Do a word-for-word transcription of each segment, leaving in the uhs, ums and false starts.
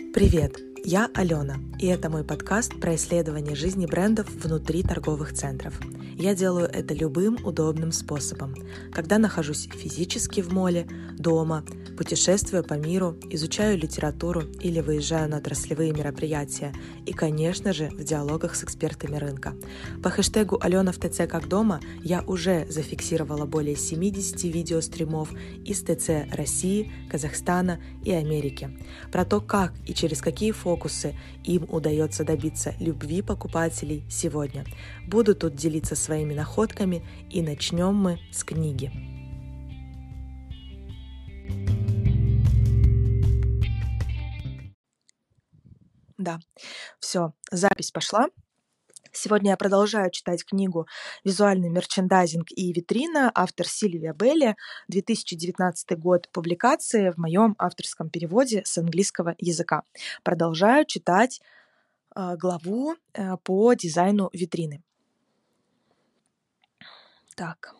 Привет, я Алена, и это мой подкаст про исследование жизни брендов внутри торговых центров. Я делаю это любым удобным способом, когда нахожусь физически в моле, дома, путешествую по миру, изучаю литературу или выезжаю на отраслевые мероприятия и, конечно же, в диалогах с экспертами рынка. По хэштегу «Алена в ТЦ как дома» я уже зафиксировала более семьдесят видеостримов из ТЦ России, Казахстана и Америки про то, как и через какие фокусы им удается добиться любви покупателей сегодня. Буду тут делиться своими находками, и начнем мы с книги. Да, все, запись пошла. Сегодня я продолжаю читать книгу «Визуальный мерчендайзинг и витрина», автор Сильвия Белли, две тысячи девятнадцатый год публикации в моем авторском переводе с английского языка. Продолжаю читать э, главу э, по дизайну витрины. Так.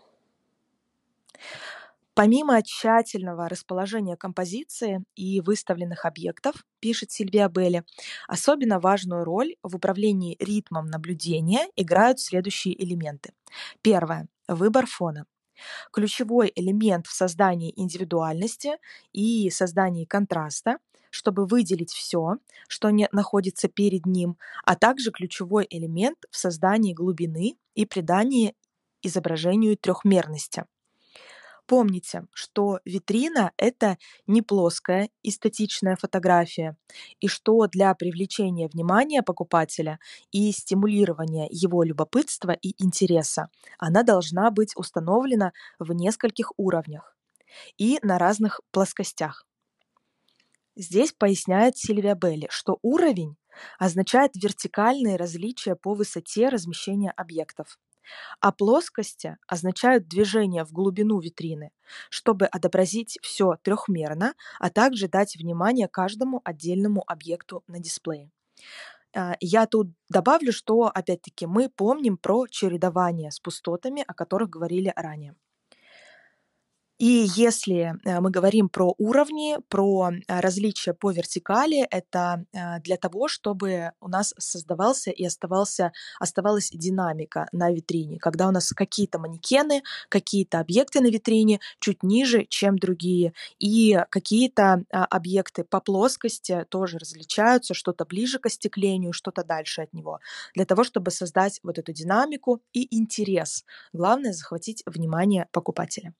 Помимо тщательного расположения композиции и выставленных объектов, пишет Сильвия Белли, особенно важную роль в управлении ритмом наблюдения играют следующие элементы. Первое. Выбор фона. Ключевой элемент в создании индивидуальности и создании контраста, чтобы выделить все, что не находится перед ним, а также ключевой элемент в создании глубины и придании изображению трехмерности. Помните, что витрина– это не плоская и статичная фотография, и что для привлечения внимания покупателя и стимулирования его любопытства и интереса она должна быть установлена в нескольких уровнях и на разных плоскостях. Здесь поясняет Сильвия Белли, что уровень означает вертикальные различия по высоте размещения объектов, а плоскости означают движение в глубину витрины, чтобы отобразить все трехмерно, а также дать внимание каждому отдельному объекту на дисплее. А, Я тут добавлю, что, опять-таки, мы помним про чередование с пустотами, о которых говорили ранее. И если э, мы говорим про уровни, про э, различия по вертикали, это э, для того, чтобы у нас создавался и оставался, оставалась динамика на витрине, когда у нас какие-то манекены, какие-то объекты на витрине чуть ниже, чем другие, и какие-то а, объекты по плоскости тоже различаются, что-то ближе к остеклению, что-то дальше от него, для того, чтобы создать вот эту динамику и интерес. Главное — захватить внимание покупателя.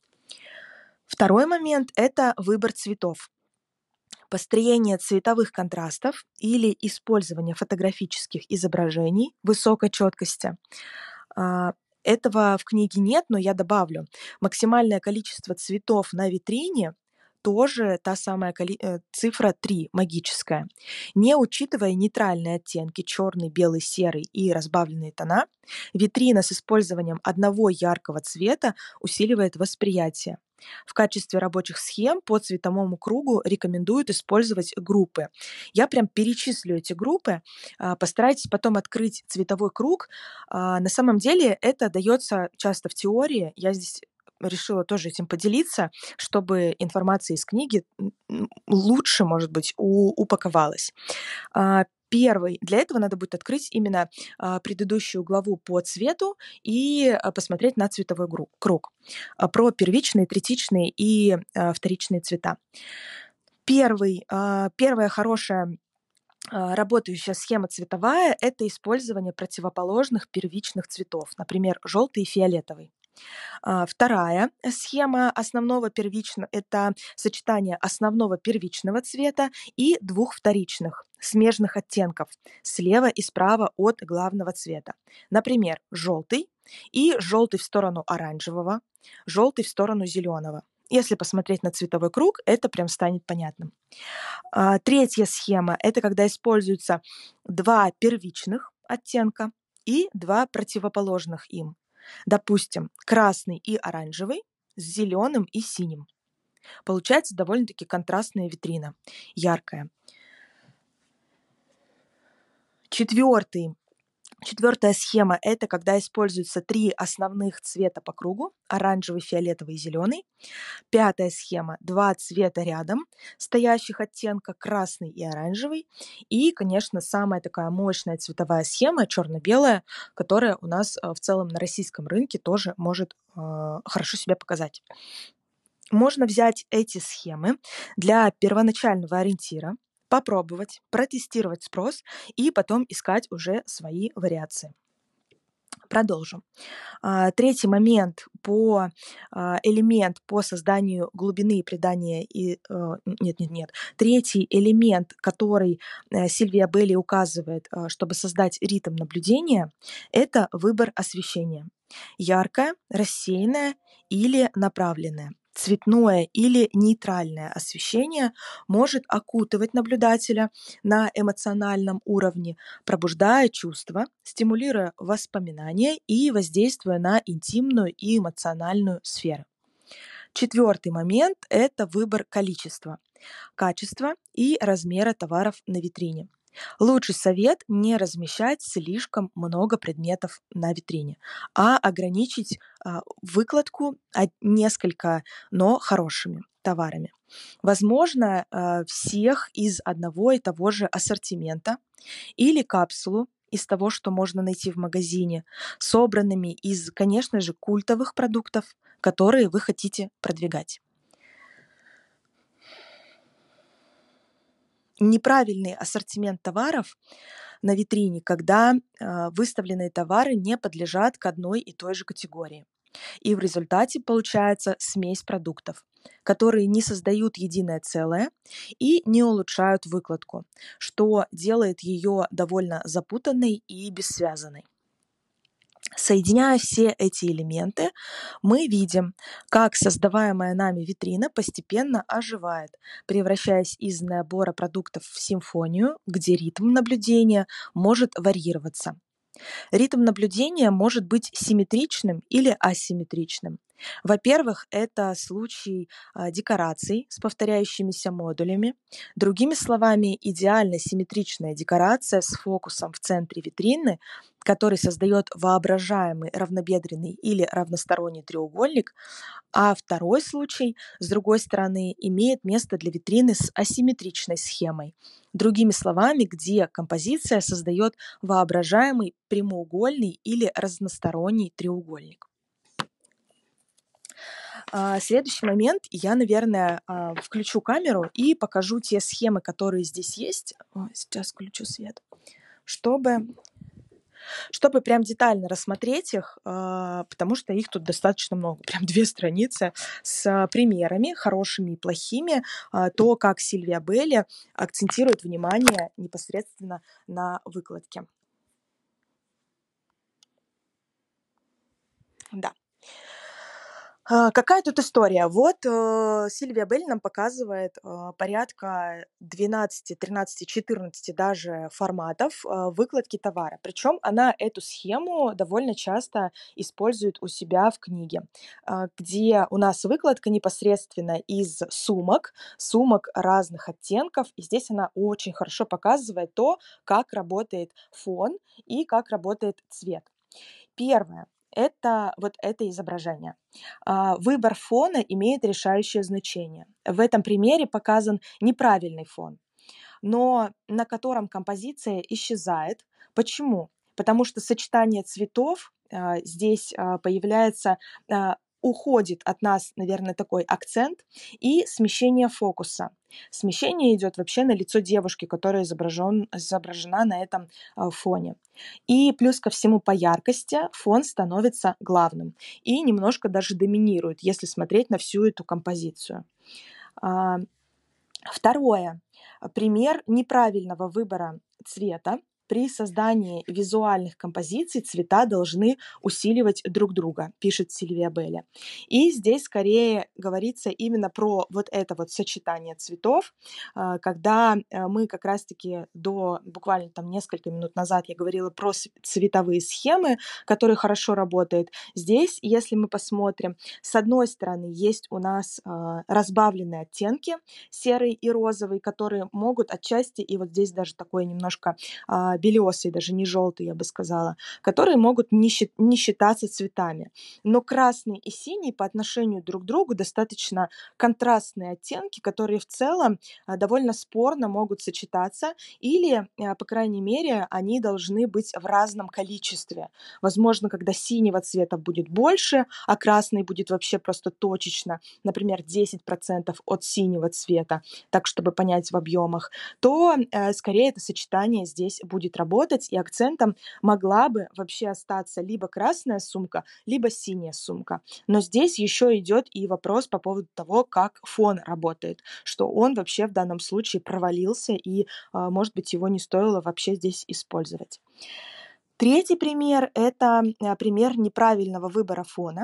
Второй момент– это выбор цветов. Построение цветовых контрастов или использование фотографических изображений высокой четкости. А, Этого в книге нет, но я добавлю. Максимальное количество цветов на витрине тоже та самая коли- э, цифра три, магическая. Не учитывая нейтральные оттенки черный, белый, серый и разбавленные тона, витрина с использованием одного яркого цвета усиливает восприятие. В качестве рабочих схем по цветовому кругу рекомендуют использовать группы. Я прям перечислю эти группы. а, Постарайтесь потом открыть цветовой круг. А, На самом деле это дается часто в теории. Я здесь решила тоже этим поделиться, чтобы информация из книги м, лучше, может быть, у- упаковалась. А, Первый. Для этого надо будет открыть именно а, предыдущую главу по цвету и а, посмотреть на цветовой гру- круг а, про первичные, третичные и а, вторичные цвета. Первый, а, первая хорошая а, работающая схема цветовая– это использование противоположных первичных цветов, например, желтый и фиолетовый. А, Вторая схема основного первичного– это сочетание основного первичного цвета и двух вторичных, смежных оттенков, слева и справа от главного цвета. Например, желтый и желтый в сторону оранжевого, желтый в сторону зеленого. Если посмотреть на цветовой круг, это прям станет понятным. А, Третья схема– это когда используются два первичных оттенка и два противоположных им. Допустим, красный и оранжевый с зеленым и синим. Получается довольно-таки контрастная витрина, яркая. Четвертый Четвертая схема – это когда используются три основных цвета по кругу – оранжевый, фиолетовый и зеленый. Пятая схема – два цвета рядом, стоящих оттенка красный и оранжевый. И, конечно, самая такая мощная цветовая схема – черно-белая, которая у нас э, в целом на российском рынке тоже может э, хорошо себя показать. Можно взять эти схемы для первоначального ориентира, попробовать, протестировать спрос и потом искать уже свои вариации. Продолжим. А, Третий момент по а, элемент по созданию глубины и придания и э, нет, нет, нет. Третий элемент, который э, Сильвия Белли указывает, э, чтобы создать ритм наблюдения, это выбор освещения. Яркое, рассеянное или направленное. Цветное или нейтральное освещение может окутывать наблюдателя на эмоциональном уровне, пробуждая чувства, стимулируя воспоминания и воздействуя на интимную и эмоциональную сферы. Четвертый момент – это выбор количества, качества и размера товаров на витрине. Лучший совет – не размещать слишком много предметов на витрине, а ограничить а, выкладку от несколько, но хорошими товарами. Возможно, а, всех из одного и того же ассортимента или капсулу из того, что можно найти в магазине, собранными из, конечно же, культовых продуктов, которые вы хотите продвигать. Неправильный ассортимент товаров на витрине, когда э, выставленные товары не подлежат к одной и той же категории. И в результате получается смесь продуктов, которые не создают единое целое и не улучшают выкладку, что делает ее довольно запутанной и бессвязанной. Соединяя все эти элементы, мы видим, как создаваемая нами витрина постепенно оживает, превращаясь из набора продуктов в симфонию, где ритм наблюдения может варьироваться. Ритм наблюдения может быть симметричным или асимметричным. Во-первых, это случай а, декораций с повторяющимися модулями. Другими словами, идеально симметричная декорация с фокусом в центре витрины, который создает воображаемый равнобедренный или равносторонний треугольник. А второй случай, с другой стороны, имеет место для витрины с асимметричной схемой. Другими словами, где композиция создает воображаемый прямоугольный или разносторонний треугольник. А, Следующий момент, я, наверное, а, включу камеру и покажу те схемы, которые здесь есть. О, сейчас включу свет, чтобы, чтобы прям детально рассмотреть их, а, потому что их тут достаточно много, прям две страницы с примерами, хорошими и плохими, а, то, как Сильвия Белли акцентирует внимание непосредственно на выкладке. Да. А, Какая тут история? Вот э, Сильвия Белль нам показывает э, порядка двенадцати, тринадцати, четырнадцати даже форматов э, выкладки товара. Причем она эту схему довольно часто использует у себя в книге, а, где у нас выкладка непосредственно из сумок, сумок разных оттенков. И здесь она очень хорошо показывает то, как работает фон и как работает цвет. Первое. Это вот это изображение. А, Выбор фона имеет решающее значение. В этом примере показан неправильный фон, но на котором композиция исчезает. Почему? Потому что сочетание цветов а, здесь а, появляется, а, уходит от нас, наверное, такой акцент и смещение фокуса. Смещение идет вообще на лицо девушки, которая изображен, изображена на этом а, фоне. И плюс ко всему по яркости фон становится главным и немножко даже доминирует, если смотреть на всю эту композицию. А, Второе. Пример неправильного выбора цвета. При создании визуальных композиций цвета должны усиливать друг друга, пишет Сильвия Белли. И здесь скорее говорится именно про вот это вот сочетание цветов, а, когда э, мы как раз-таки до буквально там несколько минут назад я говорила про с- цветовые схемы, которые хорошо работают. Здесь, если мы посмотрим, с одной стороны есть у нас а, разбавленные оттенки, серый и розовый, которые могут отчасти, и вот здесь даже такое немножко а, белесые, даже не желтые, я бы сказала, которые могут не, счит- не считаться цветами. Но красный и синий по отношению друг к другу достаточно контрастные оттенки, которые в целом а, довольно спорно могут сочетаться, или, а, по крайней мере, они должны быть в разном количестве. Возможно, когда синего цвета будет больше, а красный будет вообще просто точечно, например, десять процентов от синего цвета, так, чтобы понять в объемах, то э, скорее это сочетание здесь будет работать, и акцентом могла бы вообще остаться либо красная сумка, либо синяя сумка. Но здесь еще идет и вопрос по поводу того, как фон работает, что он вообще в данном случае провалился, и, а, может быть, его не стоило вообще здесь использовать. Третий пример — это а, пример неправильного выбора фона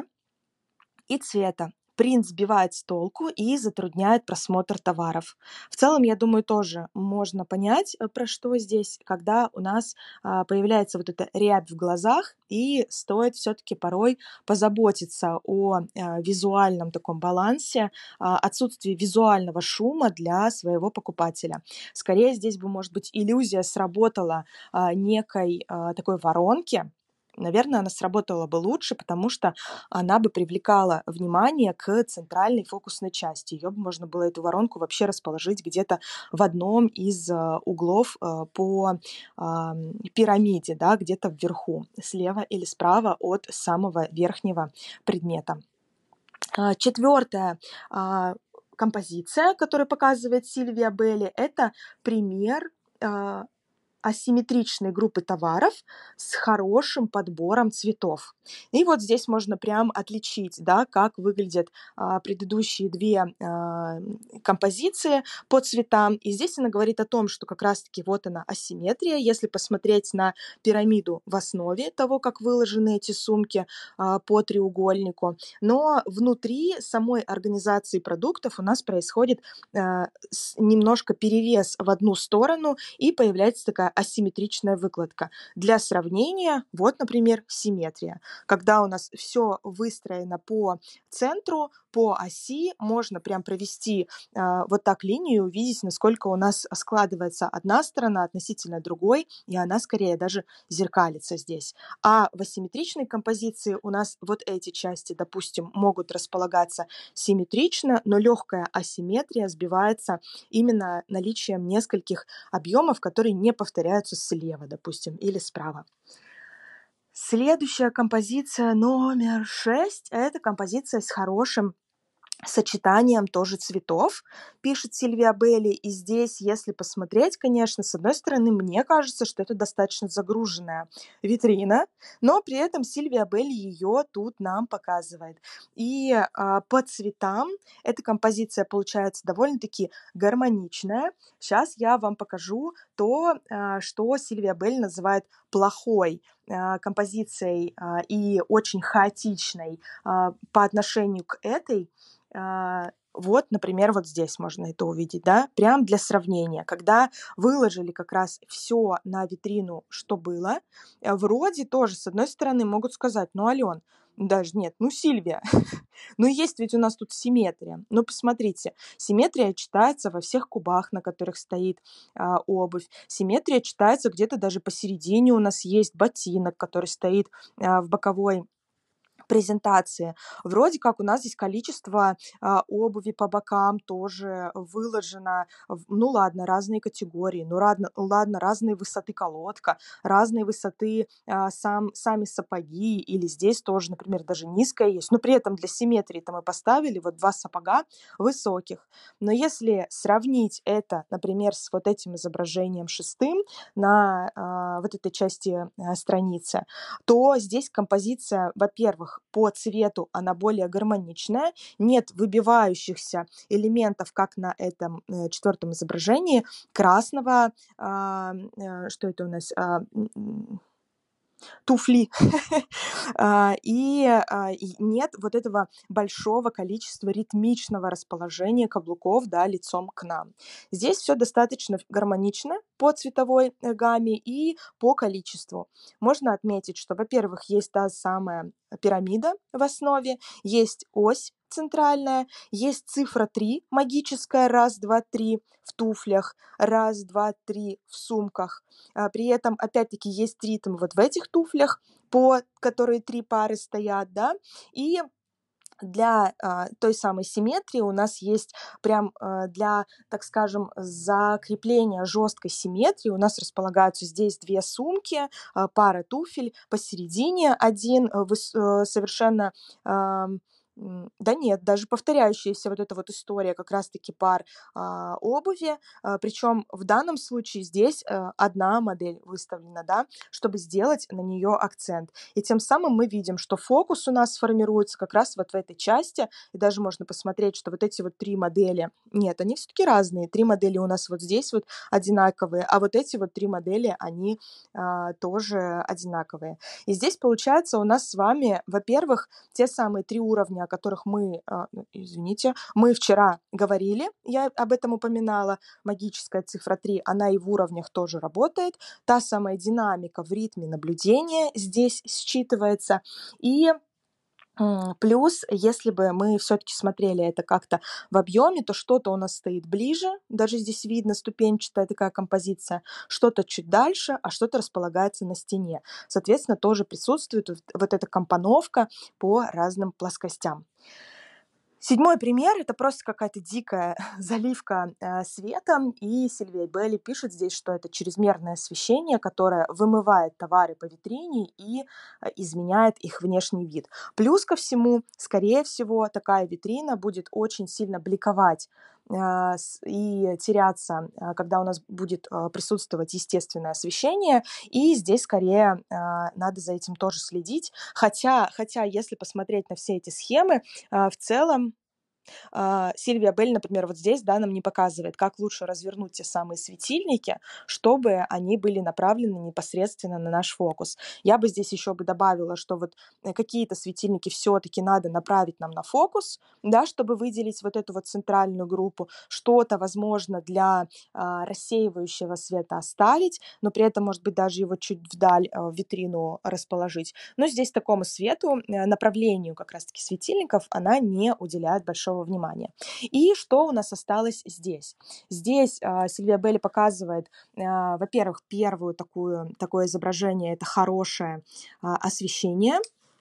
и цвета. Принт сбивает с толку и затрудняет просмотр товаров. В целом, я думаю, тоже можно понять, э, про что здесь, когда у нас а, появляется вот эта рябь в глазах, и стоит все-таки порой позаботиться о а, визуальном таком балансе, а, отсутствии визуального шума для своего покупателя. Скорее, здесь бы, может быть, иллюзия сработала а, некой а, такой воронки. Наверное, она сработала бы лучше, потому что она бы привлекала внимание к центральной фокусной части. Ее бы можно было, эту воронку, вообще расположить где-то в одном из э, углов э, по а, пирамиде, да, где-то вверху, слева или справа от самого верхнего предмета. А, Четвертая а, композиция, которую показывает Сильвия Белли, это пример а, асимметричной группы товаров с хорошим подбором цветов. И вот здесь можно прям отличить, да, как выглядят а, предыдущие две а, композиции по цветам. И здесь она говорит о том, что как раз-таки вот она асимметрия. Если посмотреть на пирамиду в основе того, как выложены эти сумки а, по треугольнику, но внутри самой организации продуктов у нас происходит а, с- немножко перевес в одну сторону, и появляется такая асимметричная выкладка. Для сравнения, вот, например, симметрия. Когда у нас все выстроено по центру, по оси, можно прям провести а, вот так линию и увидеть, насколько у нас складывается одна сторона относительно другой, и она скорее даже зеркалится здесь. А в асимметричной композиции у нас вот эти части, допустим, могут располагаться симметрично, но легкая асимметрия сбивается именно наличием нескольких объемов, которые не повторяются слева, допустим, или справа. Следующая композиция номер шесть — это композиция с хорошим сочетанием тоже цветов, пишет Сильвия Белли. И здесь, если посмотреть, конечно, с одной стороны, мне кажется, что это достаточно загруженная витрина, но при этом Сильвия Белли ее тут нам показывает. И а, по цветам эта композиция получается довольно-таки гармоничная. Сейчас я вам покажу то, а, что Сильвия Белли называет плохой а, композицией а, и очень хаотичной а, по отношению к этой. А, Вот, например, вот здесь можно это увидеть, да, прям для сравнения. Когда выложили как раз все на витрину, что было, э, вроде тоже, с одной стороны, могут сказать: ну, Ален, даже нет, ну, Сильвия, ну, есть ведь у нас тут симметрия. Ну, посмотрите, симметрия читается во всех кубах, на которых стоит а, обувь. Симметрия читается где-то даже посередине у нас есть ботинок, который стоит а, в боковой презентации. Вроде как у нас здесь количество а, обуви по бокам тоже выложено. в- Ну ладно, разные категории, ну ладно, ладно, разные высоты колодка, разные высоты а, сам, сами сапоги, или здесь тоже, например, даже низкая есть. Но при этом для симметрии-то мы поставили вот два сапога высоких. Но если сравнить это, например, с вот этим изображением шестым на а, вот этой части а, страницы, то здесь композиция, во-первых, по цвету она более гармоничная, нет выбивающихся элементов, как на этом э, четвертом изображении, красного, а, э, что это у нас, а, м, туфли. А, И а, и нет вот этого большого количества ритмичного расположения каблуков, да, лицом к нам. Здесь все достаточно гармонично по цветовой э, гамме и по количеству. Можно отметить, что, во-первых, есть та самая пирамида в основе, есть ось центральная, есть цифра три магическая, раз, два, три в туфлях, раз, два, три в сумках. А, при этом, опять-таки, есть ритм вот в этих туфлях, по которые три пары стоят, да, и для а, той самой симметрии у нас есть прям а, для, так скажем, закрепления жесткой симметрии у нас располагаются здесь две сумки, а, пара туфель, посередине один а, выс- э, совершенно ам, м, да нет, даже повторяющаяся вот эта вот история как раз-таки пар а, обуви, а, причем в данном случае здесь а, одна модель выставлена, да, чтобы сделать на нее акцент. И тем самым мы видим, что фокус у нас формируется как раз вот в этой части, и даже можно посмотреть, что вот эти вот три модели, нет, они все-таки разные, три модели у нас вот здесь вот одинаковые, а вот эти вот три модели, они а, тоже одинаковые. И здесь получается у нас с вами, во-первых, те самые три уровня, о которых мы, а, ну, извините, мы вчера говорили, я об этом упоминала, магическая цифра три, она и в уровнях тоже работает, та самая динамика в ритме наблюдения здесь считывается. И м, плюс, если бы мы все-таки смотрели это как-то в объеме, то что-то у нас стоит ближе, даже здесь видно ступенчатая такая композиция, что-то чуть дальше, а что-то располагается на стене. Соответственно, тоже присутствует вот вот эта компоновка по разным плоскостям. Седьмой пример — это просто какая-то дикая заливка э, светом, и Сильвия Белли пишет здесь, что это чрезмерное освещение, которое вымывает товары по витрине и э, изменяет их внешний вид. Плюс ко всему, скорее всего, такая витрина будет очень сильно бликовать э, с- и теряться, э, когда у нас будет э, присутствовать естественное освещение, и здесь скорее э, надо за этим тоже следить. Хотя, хотя, если посмотреть на все эти схемы, а, в целом, а, Сильвия Белль, например, вот здесь, да, нам не показывает, как лучше развернуть те самые светильники, чтобы они были направлены непосредственно на наш фокус. Я бы здесь еще бы добавила, что вот э, какие-то светильники все-таки надо направить нам на фокус, да, чтобы выделить вот эту вот центральную группу. Что-то, возможно, для а, рассеивающего света оставить, но при этом, может быть, даже его чуть вдаль а, в витрину расположить. Но здесь такому свету, э, направлению как раз-таки светильников, она не уделяет большого внимания. И что у нас осталось здесь? Здесь а, Сильвия Белли показывает, а, во-первых, первую такую, такое изображение — это хорошее а, освещение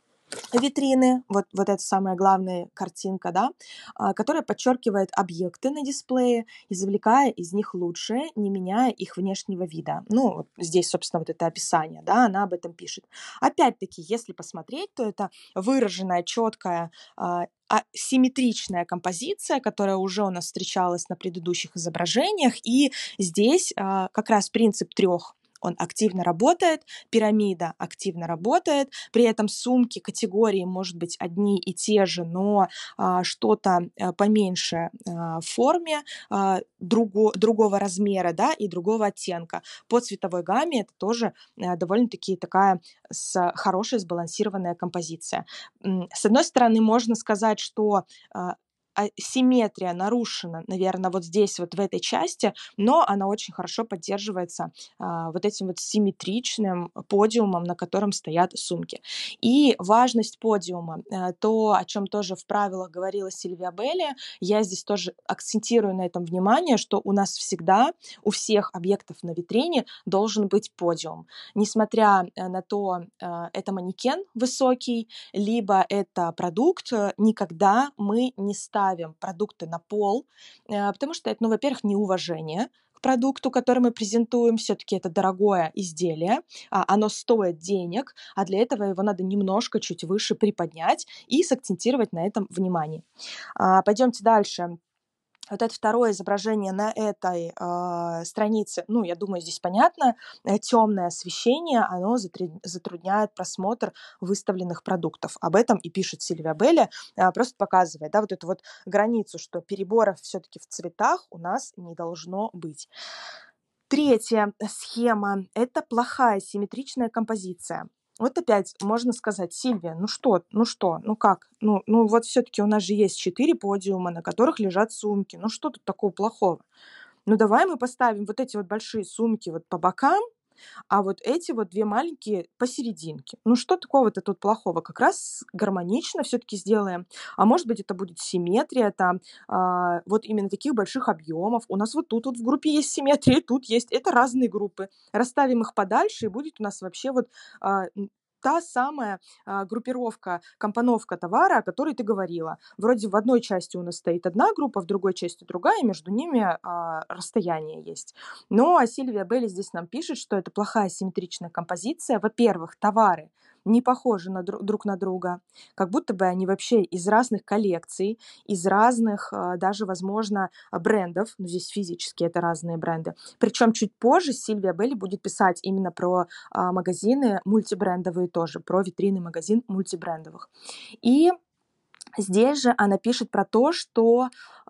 витрины, вот, вот эта самая главная картинка, да, а, которая подчеркивает объекты на дисплее, извлекая из них лучшее, не меняя их внешнего вида. Ну, вот здесь, собственно, вот это описание, да, она об этом пишет. Опять-таки, если посмотреть, то это выраженная, четкая, а, а- симметричная композиция, которая уже у нас встречалась на предыдущих изображениях, и здесь а, как раз принцип трех он активно работает, пирамида активно работает, при этом сумки, категории, может быть, одни и те же, но а, что-то а, поменьше а, в форме, а, друго, другого размера, да, и другого оттенка. По цветовой гамме это тоже а, довольно-таки такая с, хорошая сбалансированная композиция. М, С одной стороны, можно сказать, что а, а, симметрия нарушена, наверное, вот здесь, вот в этой части, но она очень хорошо поддерживается а, вот этим вот симметричным подиумом, на котором стоят сумки. И важность подиума, э, то, о чем тоже в правилах говорила Сильвия Белли, я здесь тоже акцентирую на этом внимание, что у нас всегда, у всех объектов на витрине должен быть подиум. Несмотря э, на то, э, это манекен высокий, либо это продукт, э, никогда мы не ставим продукты на пол, э, потому что это, ну, во-первых, неуважение к продукту, который мы презентуем. Все-таки это дорогое изделие, а, оно стоит денег, а для этого его надо немножко чуть выше приподнять и сакцентировать на этом внимание. А, Пойдемте дальше. Вот это второе изображение на этой а, странице, ну, я думаю, здесь понятно, э, темное освещение, оно затре- затрудняет просмотр выставленных продуктов. Об этом и пишет Сильвия Белли, а, просто показывает, да, вот эту вот границу, что переборов все-таки в цветах у нас не должно быть. Третья схема — это плохая симметричная композиция. Вот опять можно сказать: Сильвия, ну что, ну что, ну как? Ну, ну вот все-таки у нас же есть четыре подиума, на которых лежат сумки. Ну что тут такого плохого? Ну давай мы поставим вот эти вот большие сумки вот по бокам, а вот эти вот две маленькие посерединке. Ну что такого-то тут плохого? Как раз гармонично всё-таки сделаем. А может быть, это будет симметрия там, а, вот именно таких больших объемов. У нас вот тут вот в группе есть симметрия, и тут есть. Это разные группы. Расставим их подальше, и будет у нас вообще вот, а, н та самая, а, группировка, компоновка товара, о которой ты говорила. Вроде в одной части у нас стоит одна группа, в другой части другая, между ними, а, расстояние есть. Но Сильвия Белли здесь нам пишет, что это плохая симметричная композиция. Во-первых, товары не похожи на дру друг на друга, как будто бы они вообще из разных коллекций, из разных, а, даже, возможно, брендов. Ну, здесь физически это разные бренды. Причем чуть позже Сильвия Белли будет писать именно про, а, магазины мультибрендовые тоже, про витрины магазин мультибрендовых. И здесь же она пишет про то, что,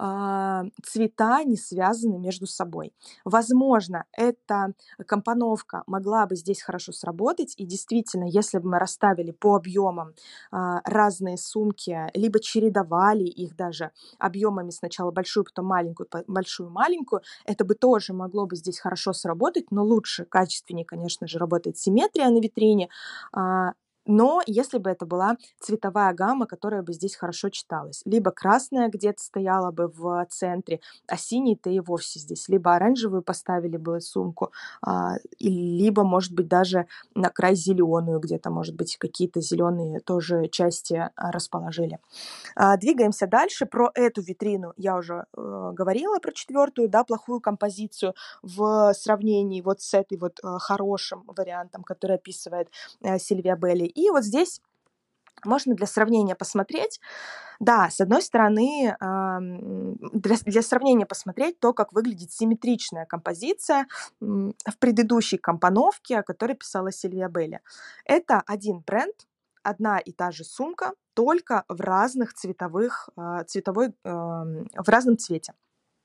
а, цвета не связаны между собой. Возможно, эта компоновка могла бы здесь хорошо сработать, и действительно, если бы мы расставили по объемам, а, разные сумки, либо чередовали их даже объемами: сначала большую, потом маленькую, по большую, маленькую, это бы тоже могло бы здесь хорошо сработать, но лучше, качественнее, конечно же, работает симметрия на витрине. А, но если бы это была цветовая гамма, которая бы здесь хорошо читалась. Либо красная где-то стояла бы в центре, а синий-то и вовсе здесь. Либо оранжевую поставили бы сумку, а, и либо, может быть, даже на край зелёную где-то, может быть, какие-то зелёные тоже части, а, расположили. А, двигаемся дальше. Про эту витрину я уже, э, говорила, про четвёртую, да, плохую композицию в сравнении вот с этой вот, э, хорошим вариантом, который описывает, э, Сильвия Белли. И вот здесь можно для сравнения посмотреть. Да, с одной стороны, ам, для для сравнения посмотреть то, как выглядит симметричная композиция, м, в предыдущей компоновке, о которой писала Сильвия Белли. Это один бренд, одна и та же сумка, только в разных цветовых, а, цветовой, ам, в разном цвете.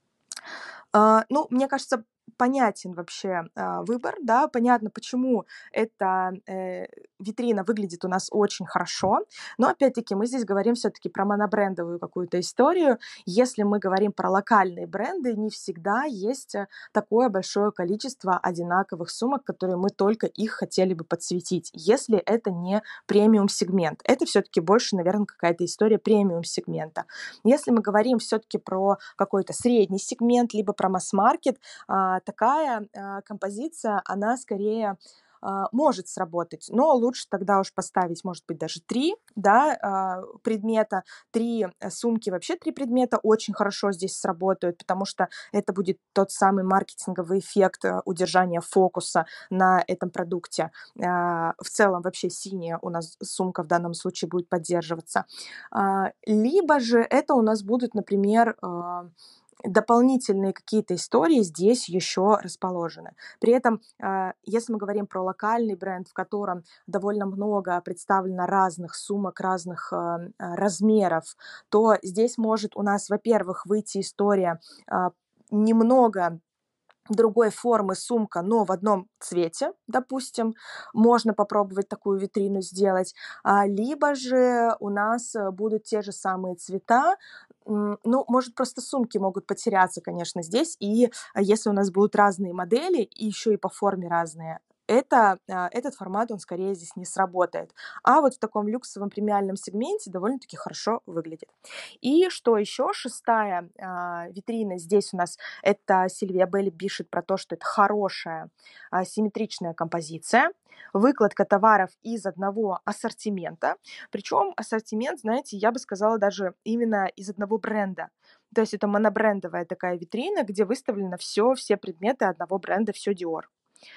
А, ну, мне кажется, понятен вообще, а, выбор, да. Понятно, почему эта, э, витрина выглядит у нас очень хорошо. Но опять-таки мы здесь говорим всё-таки про монобрендовую какую-то историю. Если мы говорим про локальные бренды, не всегда есть, э, такое большое количество одинаковых сумок, которые мы только их хотели бы подсветить, если это не премиум-сегмент. Это всё-таки больше, наверно, какая-то история премиум-сегмента. Если мы говорим всё-таки про какой-то средний сегмент, либо про масс-маркет, а, такая, а, композиция, она скорее, а, может сработать, но лучше тогда уж поставить, может быть, даже три, да, а, предмета. три сумки, вообще три предмета очень хорошо здесь сработают, потому что это будет тот самый маркетинговый эффект, э, удержания фокуса на этом продукте. А, в целом вообще синяя у нас сумка в данном случае будет поддерживаться. А, либо же это у нас будут, например, а, дополнительные какие-то истории здесь еще расположены. При этом, а, если мы говорим про локальный бренд, в котором довольно много представлено разных сумок, разных, а, размеров, то здесь может у нас, во-первых, выйти история, а, немного другой формы сумка, но в одном цвете, допустим. Можно попробовать такую витрину сделать. А, либо же у нас будут те же самые цвета. М, ну, может, просто сумки могут потеряться, конечно, здесь. И если у нас будут разные модели, и еще и по форме разные, это, а, этот формат, он скорее здесь не сработает. А вот в таком люксовом премиальном сегменте довольно-таки хорошо выглядит. И что еще? Шестая, а, витрина здесь у нас- это Сильвия Белли пишет про то, что это хорошая, а, симметричная композиция, выкладка товаров из одного ассортимента. Причем ассортимент, знаете, я бы сказала, даже именно из одного бренда. То есть это монобрендовая такая витрина, где выставлено всё, все предметы одного бренда, всё Dior.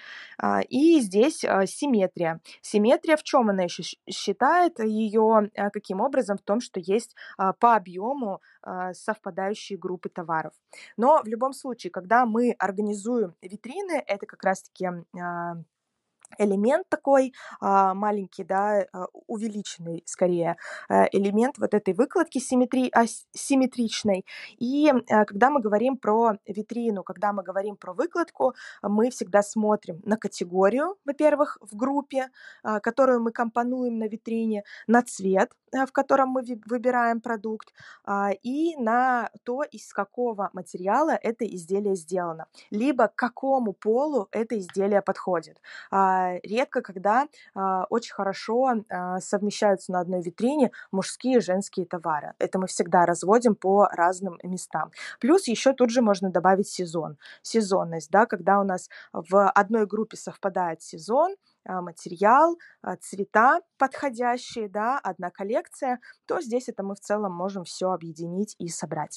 А, и здесь, а, симметрия. Симметрия в чём она еще щ считает её? А, каким образом? В том, что есть, а, по объему, а, совпадающие группы товаров. Но в любом случае, когда мы организуем витрины, это как раз таки, а элемент такой а, маленький, да, а, увеличенный скорее э, элемент вот этой выкладки симметри- ас- симметричной. И э, когда мы говорим про витрину, когда мы говорим про выкладку, мы всегда смотрим на категорию, во-первых, в группе, а, которую мы компонуем на витрине, на цвет, э, в котором мы ви- выбираем продукт, а, и на то, из какого материала это изделие сделано, либо к какому полу это изделие подходит. А, Редко когда а, очень хорошо а, совмещаются на одной витрине мужские и женские товары. Это мы всегда разводим по разным местам. Плюс еще тут же можно добавить сезон, сезонность, да, когда у нас в одной группе совпадает сезон, а, материал, а, цвета подходящие, да, одна коллекция, то здесь это мы в целом можем все объединить и собрать.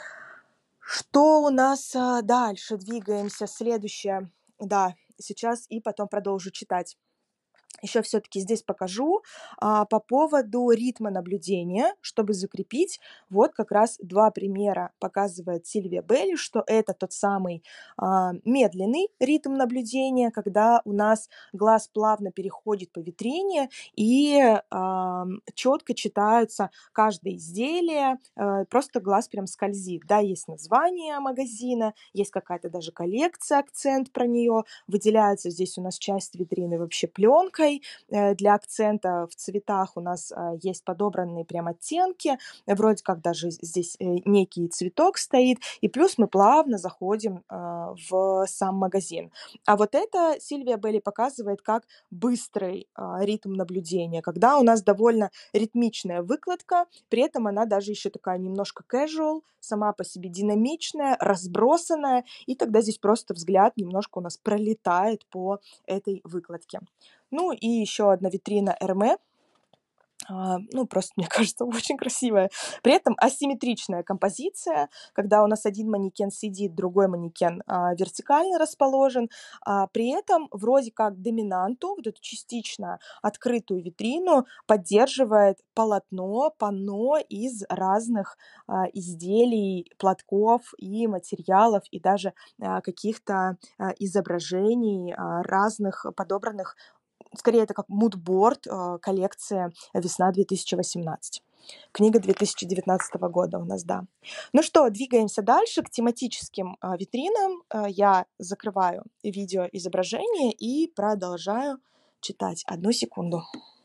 Что у нас а, дальше? Двигаемся. Следующее. Да, сейчас и потом продолжу читать. Еще все-таки здесь покажу а, по поводу ритма наблюдения, чтобы закрепить. Вот как раз два примера показывает Сильвия Белли, что это тот самый а, медленный ритм наблюдения, когда у нас глаз плавно переходит по витрине и а, четко читаются каждое изделие, а, просто глаз прям скользит. Да, есть название магазина, есть какая-то даже коллекция, акцент про нее, выделяется здесь у нас часть витрины вообще пленкой. Для акцента в цветах у нас есть подобранные прям оттенки, вроде как даже здесь некий цветок стоит, и плюс мы плавно заходим в сам магазин. А вот это Сильвия Белли показывает как быстрый ритм наблюдения, когда у нас довольно ритмичная выкладка, при этом она даже еще такая немножко casual, сама по себе динамичная, разбросанная, и тогда здесь просто взгляд немножко у нас пролетает по этой выкладке. Ну и еще одна витрина Hermès. А, ну, просто, мне кажется, очень красивая. При этом асимметричная композиция, когда у нас один манекен сидит, другой манекен а, вертикально расположен. А, при этом вроде как доминанту, вот эту частично открытую витрину, поддерживает полотно, панно из разных а, изделий, платков и материалов, и даже а, каких-то а, изображений а, разных подобранных. Скорее, это как мудборд, э, коллекция «Весна две тысячи восемнадцать». Книга две тысячи девятнадцатого года у нас, да. Ну что, двигаемся дальше к тематическим э, витринам. Э, я закрываю видеоизображение и продолжаю читать. Одну секунду.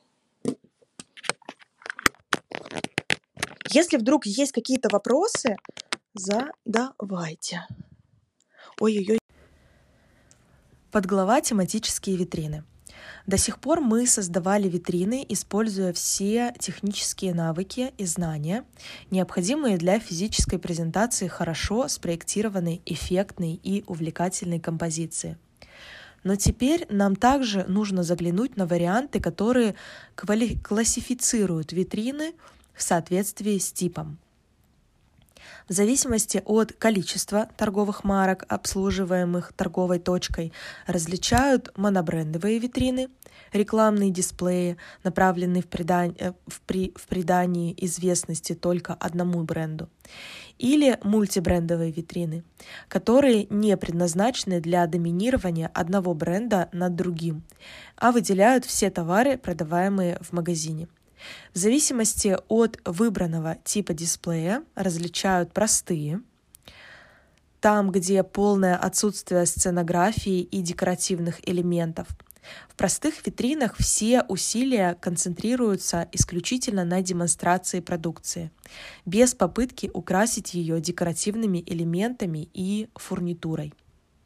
Если вдруг есть какие-то вопросы, задавайте. Ой-ой-ой. Подглава «Тематические витрины». До сих пор мы создавали витрины, используя все технические навыки и знания, необходимые для физической презентации хорошо спроектированной, эффектной и увлекательной композиции. Но теперь нам также нужно заглянуть на варианты, которые квали- классифицируют витрины в соответствии с типом. В зависимости от количества торговых марок, обслуживаемых торговой точкой, различают монобрендовые витрины, рекламные дисплеи, направленные в, придан... в, при... в придании известности только одному бренду, или мультибрендовые витрины, которые не предназначены для доминирования одного бренда над другим, а выделяют все товары, продаваемые в магазине. В зависимости от выбранного типа дисплея различают простые, там, где полное отсутствие сценографии и декоративных элементов. В простых витринах все усилия концентрируются исключительно на демонстрации продукции, без попытки украсить ее декоративными элементами и фурнитурой.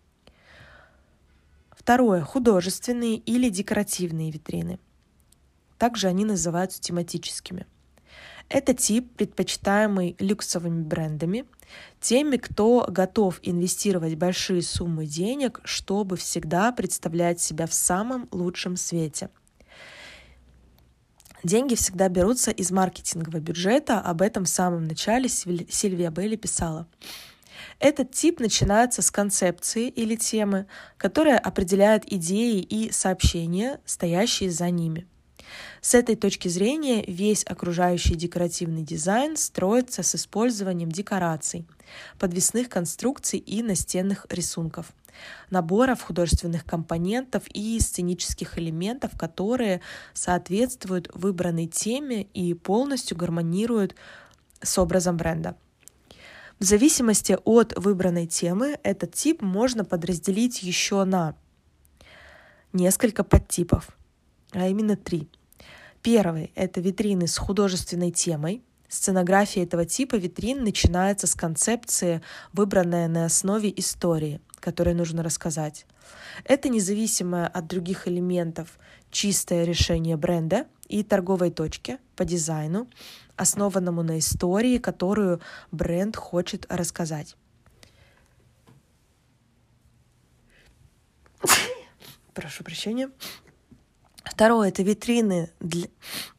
Второе. Художественные или декоративные витрины. Также они называются тематическими. Это тип, предпочитаемый люксовыми брендами, теми, кто готов инвестировать большие суммы денег, чтобы всегда представлять себя в самом лучшем свете. Деньги всегда берутся из маркетингового бюджета, об этом в самом начале Сильвия Белли писала. Этот тип начинается с концепции или темы, которая определяет идеи и сообщения, стоящие за ними. С этой точки зрения весь окружающий декоративный дизайн строится с использованием декораций, подвесных конструкций и настенных рисунков, наборов художественных компонентов и сценических элементов, которые соответствуют выбранной теме и полностью гармонируют с образом бренда. В зависимости от выбранной темы этот тип можно подразделить еще на несколько подтипов, а именно три. Первый — это витрины с художественной темой. Сценография этого типа витрин начинается с концепции, выбранной на основе истории, которую нужно рассказать. Это независимое от других элементов чистое решение бренда и торговой точки по дизайну, основанному на истории, которую бренд хочет рассказать. Прошу прощения. Второе — это витрины для...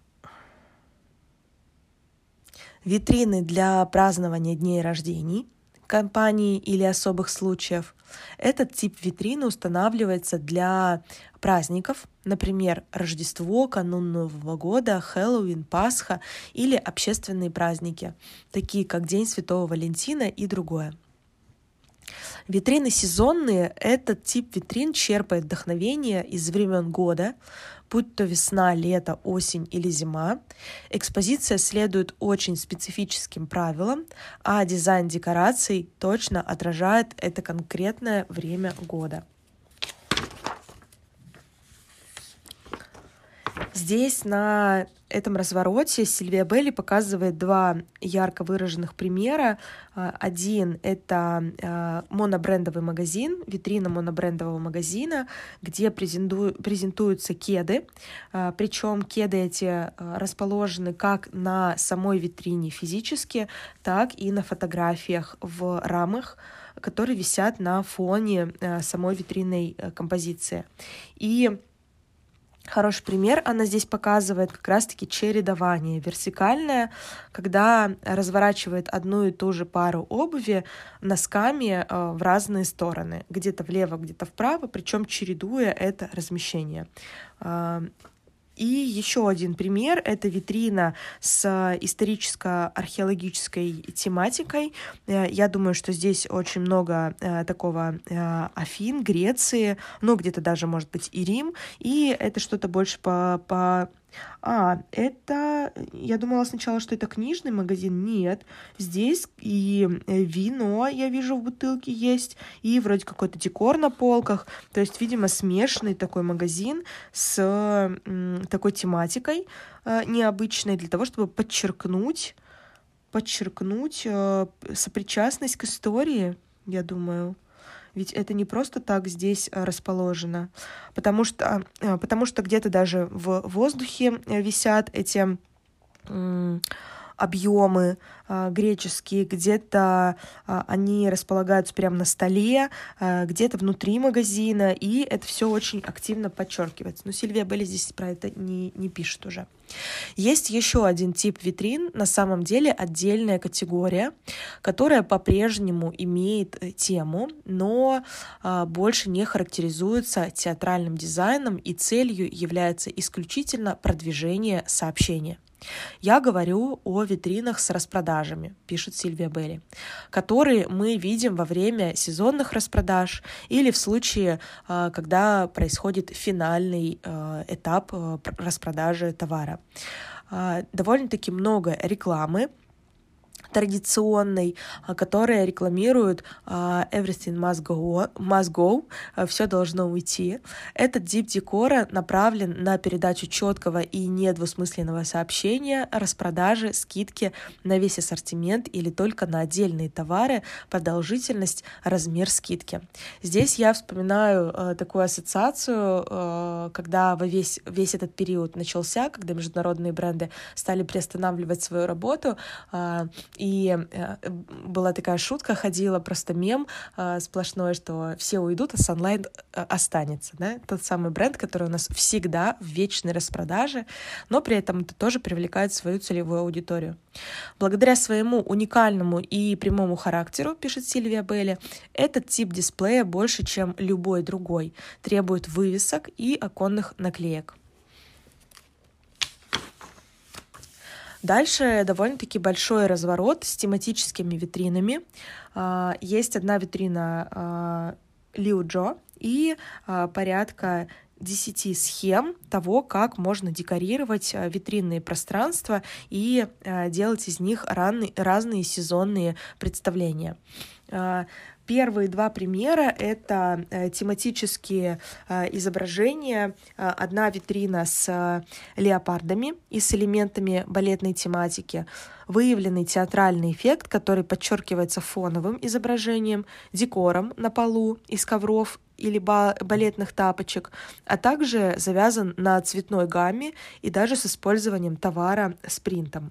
витрины для празднования дней рождений компании или особых случаев. Этот тип витрины устанавливается для праздников, например, Рождество, канун Нового года, Хэллоуин, Пасха или общественные праздники, такие как День Святого Валентина и другое. Витрины сезонные. Этот тип витрин черпает вдохновение из времен года, будь то весна, лето, осень или зима. Экспозиция следует очень специфическим правилам, а дизайн декораций точно отражает это конкретное время года. Здесь на этом развороте Сильвия Белли показывает два ярко выраженных примера. Один — это монобрендовый магазин, витрина монобрендового магазина, где презентуются кеды. Причем кеды эти расположены как на самой витрине физически, так и на фотографиях в рамах, которые висят на фоне самой витринной композиции. И хороший пример она здесь показывает как раз-таки чередование вертикальное, когда разворачивает одну и ту же пару обуви носками в разные стороны, где-то влево, где-то вправо, причем чередуя это размещение. И еще один пример — это витрина с историческо-археологической тематикой. Я думаю, что здесь очень много такого Афин, Греции, ну где-то даже, может быть, и Рим. И это что-то больше по... по... А, это... Я думала сначала, что это книжный магазин. Нет. Здесь и вино, я вижу, в бутылке есть, и вроде какой-то декор на полках. То есть, видимо, смешанный такой магазин с м, такой тематикой э, необычной для того, чтобы подчеркнуть, подчеркнуть э, сопричастность к истории, я думаю. Ведь это не просто так здесь расположено, потому что, потому что где-то даже в воздухе висят эти м, объемы а, греческие, где-то а, они располагаются прямо на столе, а, где-то внутри магазина, и это все очень активно подчеркивается. Но Сильвия Белли здесь про это не, не пишет уже. Есть еще один тип витрин, на самом деле отдельная категория, которая по-прежнему имеет тему, но а, больше не характеризуется театральным дизайном, и целью является исключительно продвижение сообщения. Я говорю о витринах с распродажами, пишет Сильвия Белли, которые мы видим во время сезонных распродаж или в случае, когда происходит финальный этап распродажи товара. Довольно-таки много рекламы традиционной, которая рекламирует uh, everything must go, must go, uh, все должно уйти. Этот тип декора направлен на передачу четкого и недвусмысленного сообщения, распродажи, скидки на весь ассортимент или только на отдельные товары, продолжительность, размер скидки. Здесь я вспоминаю uh, такую ассоциацию, uh, когда во весь, весь этот период начался, когда международные бренды стали приостанавливать свою работу, uh, и э, была такая шутка, ходила просто мем э, сплошной, что все уйдут, а Sunlight э, останется. Да? Тот самый бренд, который у нас всегда в вечной распродаже, но при этом это тоже привлекает свою целевую аудиторию. Благодаря своему уникальному и прямому характеру, пишет Сильвия Белли, этот тип дисплея больше, чем любой другой, требует вывесок и оконных наклеек. Дальше довольно-таки большой разворот с тематическими витринами. Есть одна витрина Liu Zhou и порядка десяти схем того, как можно декорировать витринные пространства и делать из них разные сезонные представления. Первые два примера — это тематические изображения. Одна витрина с леопардами и с элементами балетной тематики, выявленный театральный эффект, который подчеркивается фоновым изображением, декором на полу из ковров или балетных тапочек, а также завязан на цветной гамме и даже с использованием товара с принтом.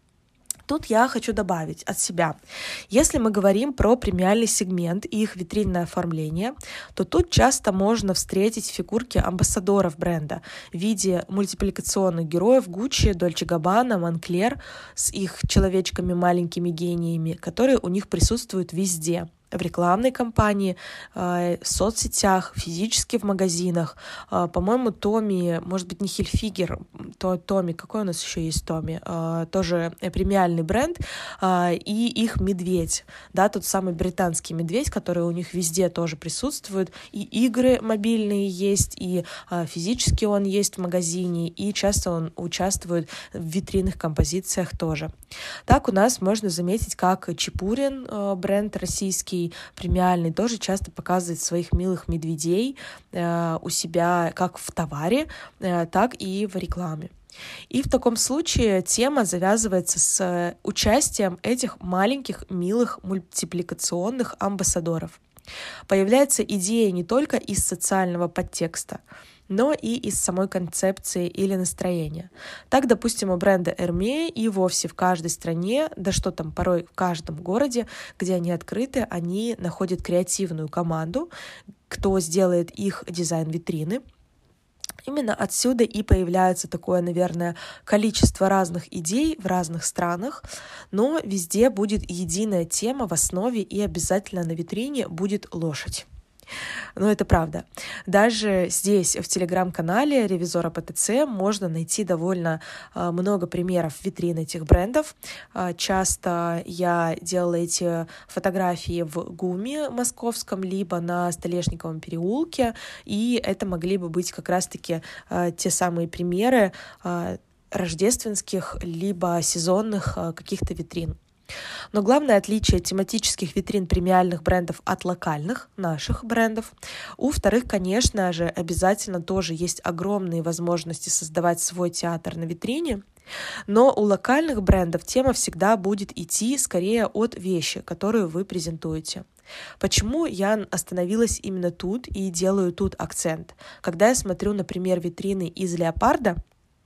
Тут я хочу добавить от себя. Если мы говорим про премиальный сегмент и их витринное оформление, то тут часто можно встретить фигурки амбассадоров бренда в виде мультипликационных героев Gucci, Dolce Gabbana, Moncler с их человечками-маленькими гениями, которые у них присутствуют везде. В рекламной кампании, в соцсетях, физически в магазинах. По-моему, Томми, может быть, не Хильфигер, то Томми, какой у нас еще есть Томми? Тоже премиальный бренд, и их медведь, да, тот самый британский медведь, который у них везде тоже присутствует. И игры мобильные есть, и физически он есть в магазине, и часто он участвует в витринных композициях тоже. Так у нас можно заметить, как Чепурин, бренд российский, премиальный, тоже часто показывает своих милых медведей э, у себя как в товаре, э, так и в рекламе. И в таком случае тема завязывается с участием этих маленьких милых мультипликационных амбассадоров. Появляется идея не только из социального подтекста, но и из самой концепции или настроения. Так, допустим, у бренда Hermès и вовсе в каждой стране, да что там, порой в каждом городе, где они открыты, они находят креативную команду, кто сделает их дизайн-витрины. Именно отсюда и появляется такое, наверное, количество разных идей в разных странах, но везде будет единая тема в основе, и обязательно на витрине будет лошадь. Но это правда. Даже здесь, в телеграм-канале Ревизора ПТЦ, можно найти довольно много примеров витрин этих брендов. Часто я делала эти фотографии в ГУМе московском, либо на Столешниковом переулке, и это могли бы быть как раз-таки те самые примеры рождественских, либо сезонных каких-то витрин. Но главное отличие тематических витрин премиальных брендов от локальных, наших брендов. У вторых, конечно же, обязательно тоже есть огромные возможности создавать свой театр на витрине, но у локальных брендов тема всегда будет идти скорее от вещи, которую вы презентуете. Почему я остановилась именно тут и делаю тут акцент? Когда я смотрю, например, витрины из леопарда,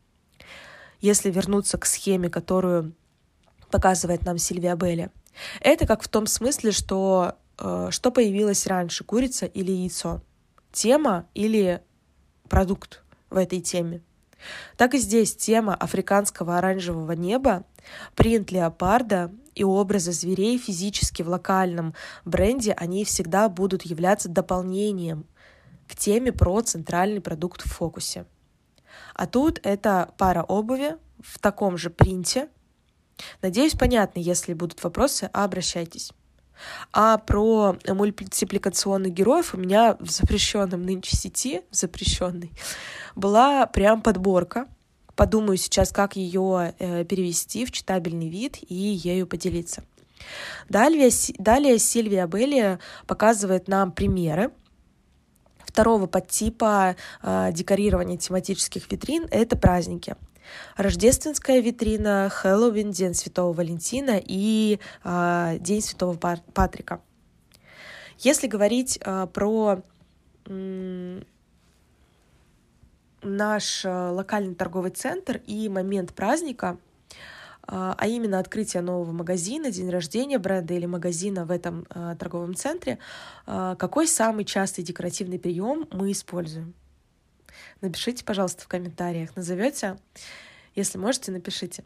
если вернуться к схеме, которую показывает нам Сильвия Белли. Это как в том смысле, что э, что появилось раньше, курица или яйцо, тема или продукт в этой теме. Так и здесь тема африканского оранжевого неба, принт леопарда и образы зверей физически в локальном бренде, они всегда будут являться дополнением к теме про центральный продукт в фокусе. А тут это пара обуви в таком же принте. Надеюсь, понятно. Если будут вопросы, обращайтесь. А про мультипликационных героев у меня в запрещенном нынче сети, в запрещенной, была прям подборка. Подумаю сейчас, как ее э, перевести в читабельный вид и ею поделиться. Далее, далее Сильвия Белли показывает нам примеры второго подтипа э, декорирования тематических витрин — это праздники. Рождественская витрина, Хэллоуин, День Святого Валентина и э, День Святого Патрика. Если говорить э, про э, наш э, локальный торговый центр и момент праздника, э, а именно открытие нового магазина, день рождения бренда или магазина в этом э, торговом центре, э, какой самый частый декоративный прием мы используем? Напишите, пожалуйста, в комментариях. Назовете? Если можете, напишите.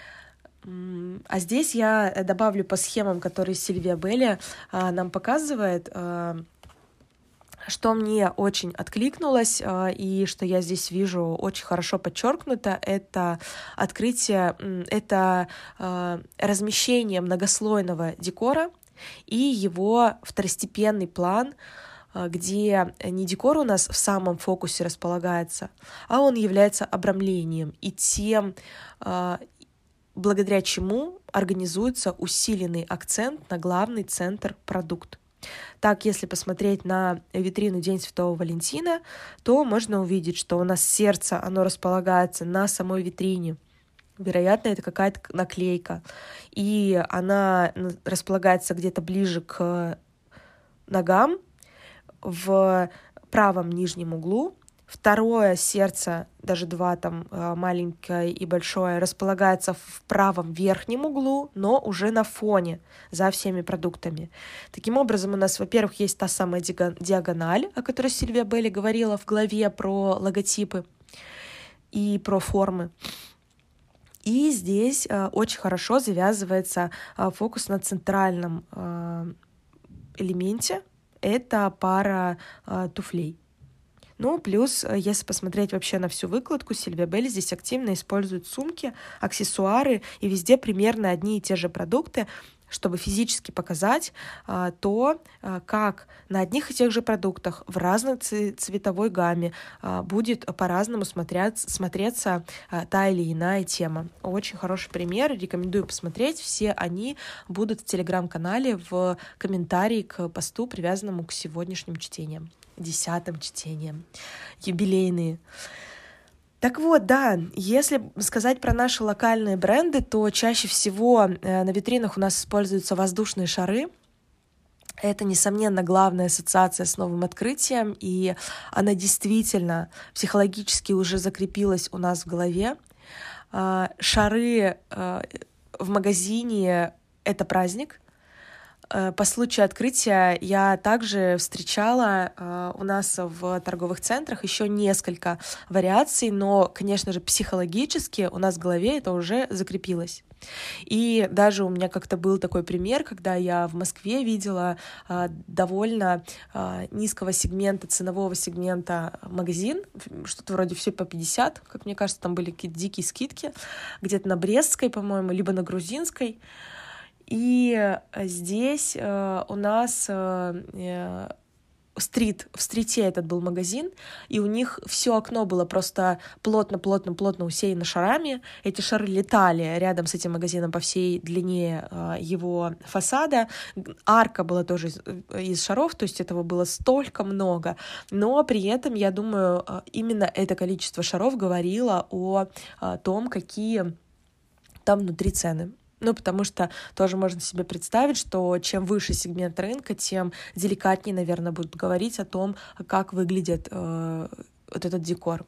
А здесь я добавлю по схемам, которые Сильвия Белли нам показывает. Что мне очень откликнулось и что я здесь вижу очень хорошо подчеркнуто, это открытие, это размещение многослойного декора и его второстепенный план, где не декор у нас в самом фокусе располагается, а он является обрамлением и тем, благодаря чему организуется усиленный акцент на главный центр продукт. Так, если посмотреть на витрину День Святого Валентина, то можно увидеть, что у нас сердце, оно располагается на самой витрине. Вероятно, это какая-то наклейка. И она располагается где-то ближе к ногам, в правом нижнем углу. Второе сердце, даже два там, маленькое и большое, располагается в правом верхнем углу, но уже на фоне за всеми продуктами. Таким образом, у нас, во-первых, есть та самая диагональ, о которой Сильвия Белли говорила в главе про логотипы и про формы. И здесь очень хорошо завязывается фокус на центральном элементе. Это пара туфлей. Ну, плюс, если посмотреть вообще на всю выкладку, Сильвия Белли здесь активно использует сумки, аксессуары и везде примерно одни и те же продукты, чтобы физически показать а, то, а, как на одних и тех же продуктах в разной цветовой гамме а, будет по-разному смотреться, смотреться а, та или иная тема. Очень хороший пример, рекомендую посмотреть. Все они будут в телеграм-канале в комментарии к посту, привязанному к сегодняшним чтениям. Десятым чтением, юбилейные. Так вот, да, если сказать про наши локальные бренды, то чаще всего на витринах у нас используются воздушные шары. Это, несомненно, главная ассоциация с новым открытием, и она действительно психологически уже закрепилась у нас в голове. Шары в магазине — это праздник. По случаю открытия я также встречала э, у нас в торговых центрах еще несколько вариаций, но, конечно же, психологически у нас в голове это уже закрепилось. И даже у меня как-то был такой пример, когда я в Москве видела э, довольно э, низкого сегмента, ценового сегмента магазин, что-то вроде все по пятьдесят, как мне кажется, там были какие-то дикие скидки, где-то на Брестской, по-моему, либо на Грузинской. И здесь э, у нас э, стрит, в стрите этот был магазин, и у них все окно было просто плотно-плотно-плотно усеяно шарами. Эти шары летали рядом с этим магазином по всей длине э, его фасада. Арка была тоже из, из шаров, то есть этого было столько много. Но при этом, я думаю, именно это количество шаров говорило о, о том, какие там внутри цены. Ну, потому что тоже можно себе представить, что чем выше сегмент рынка, тем деликатнее, наверное, будут говорить о том, как выглядит э, вот этот декор.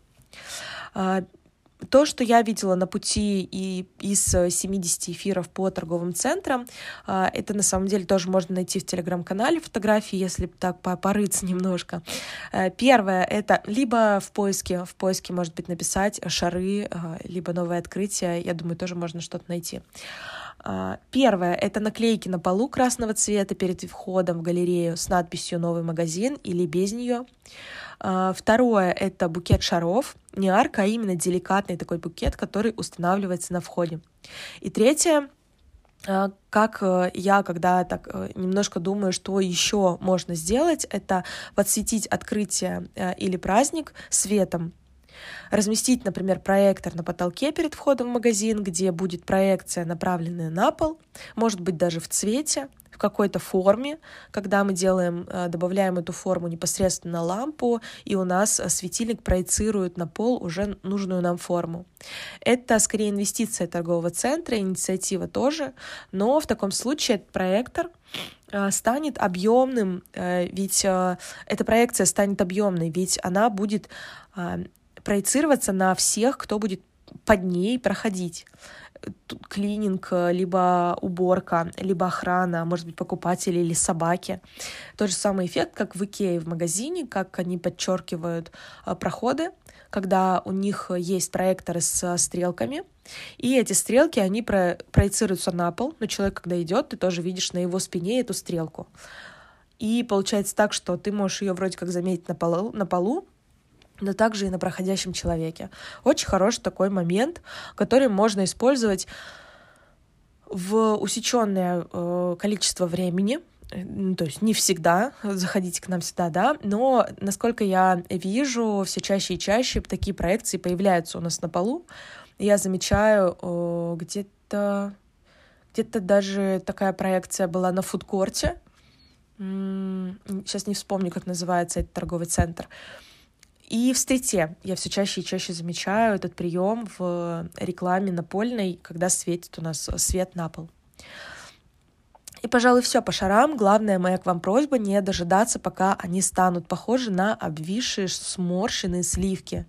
А, то, что я видела на пути и из семидесяти эфиров по торговым центрам, а, это на самом деле тоже можно найти в телеграм-канале фотографии, если так порыться немножко. А, первое — это либо в поиске, в поиске, может быть, написать шары, а, либо новое открытие, я думаю, тоже можно что-то найти. Первое — это наклейки на полу красного цвета перед входом в галерею с надписью «Новый магазин» или без нее. Второе — это букет шаров, не арка, а именно деликатный такой букет, который устанавливается на входе. И третье, как я, когда так немножко думаю, что еще можно сделать, это подсветить открытие или праздник светом. Разместить, например, проектор на потолке перед входом в магазин, где будет проекция, направленная на пол, может быть, даже в цвете, в какой-то форме, когда мы делаем, добавляем эту форму непосредственно на лампу, и у нас светильник проецирует на пол уже нужную нам форму. Это скорее инвестиция торгового центра, инициатива тоже, но в таком случае этот проектор станет объемным, ведь эта проекция станет объемной, ведь она будет проецироваться на всех, кто будет под ней проходить. Клининг, либо уборка, либо охрана, может быть, покупатели или собаки. Тот же самый эффект, как в Икее в магазине, как они подчеркивают проходы, когда у них есть проекторы со стрелками, и эти стрелки, они про- проецируются на пол, но человек, когда идет, ты тоже видишь на его спине эту стрелку. И получается так, что ты можешь ее вроде как заметить на полу, на полу, но также и на проходящем человеке. Очень хороший такой момент, который можно использовать в усеченное э, количество времени. Ну, то есть не всегда, заходите к нам всегда, да, но, насколько я вижу, все чаще и чаще такие проекции появляются у нас на полу. Я замечаю э, где-то, где-то даже такая проекция была на фудкорте. М-м, сейчас не вспомню, как называется этот торговый центр. И в стрите я все чаще и чаще замечаю этот прием в рекламе напольной, когда светит у нас свет на пол. И, пожалуй, все по шарам. Главная моя к вам просьба — не дожидаться, пока они станут похожи на обвисшие сморщенные сливки.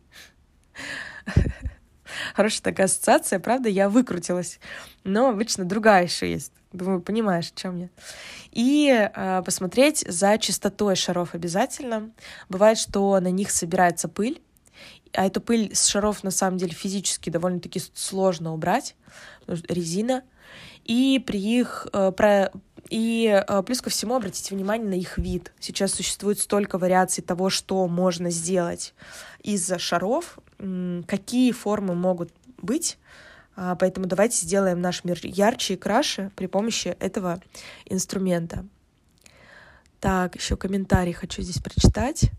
Хорошая такая ассоциация, правда, я выкрутилась. Но обычно другая еще есть. Думаю, понимаешь, о чем я. И э, посмотреть за чистотой шаров обязательно. Бывает, что на них собирается пыль, а эту пыль с шаров на самом деле физически довольно-таки сложно убрать, потому что резина. И при их э, про и э, плюс ко всему обратите внимание на их вид. Сейчас существует столько вариаций того, что можно сделать из шаров, м- какие формы могут быть. А, поэтому давайте сделаем наш мир ярче и краше при помощи этого инструмента. Так, еще комментарий хочу здесь прочитать.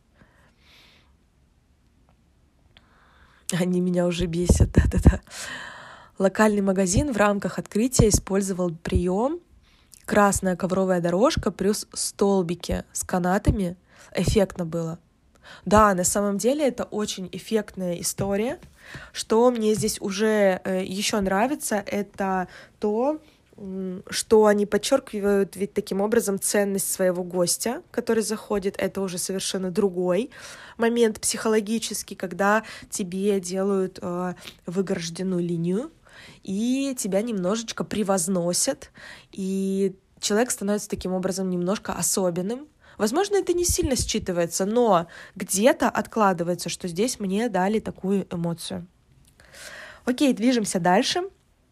Они меня уже бесят, да-да-да. Локальный магазин в рамках открытия использовал прием красная ковровая дорожка плюс столбики с канатами. Эффектно было. Да, на самом деле это очень эффектная история. Что мне здесь уже э, еще нравится, это то, м, что они подчеркивают ведь таким образом ценность своего гостя, который заходит. Это уже совершенно другой момент психологический, когда тебе делают э, выгражденную линию, и тебя немножечко превозносят, и человек становится таким образом немножко особенным. Возможно, это не сильно считывается, но где-то откладывается, что здесь мне дали такую эмоцию. Окей, движемся дальше.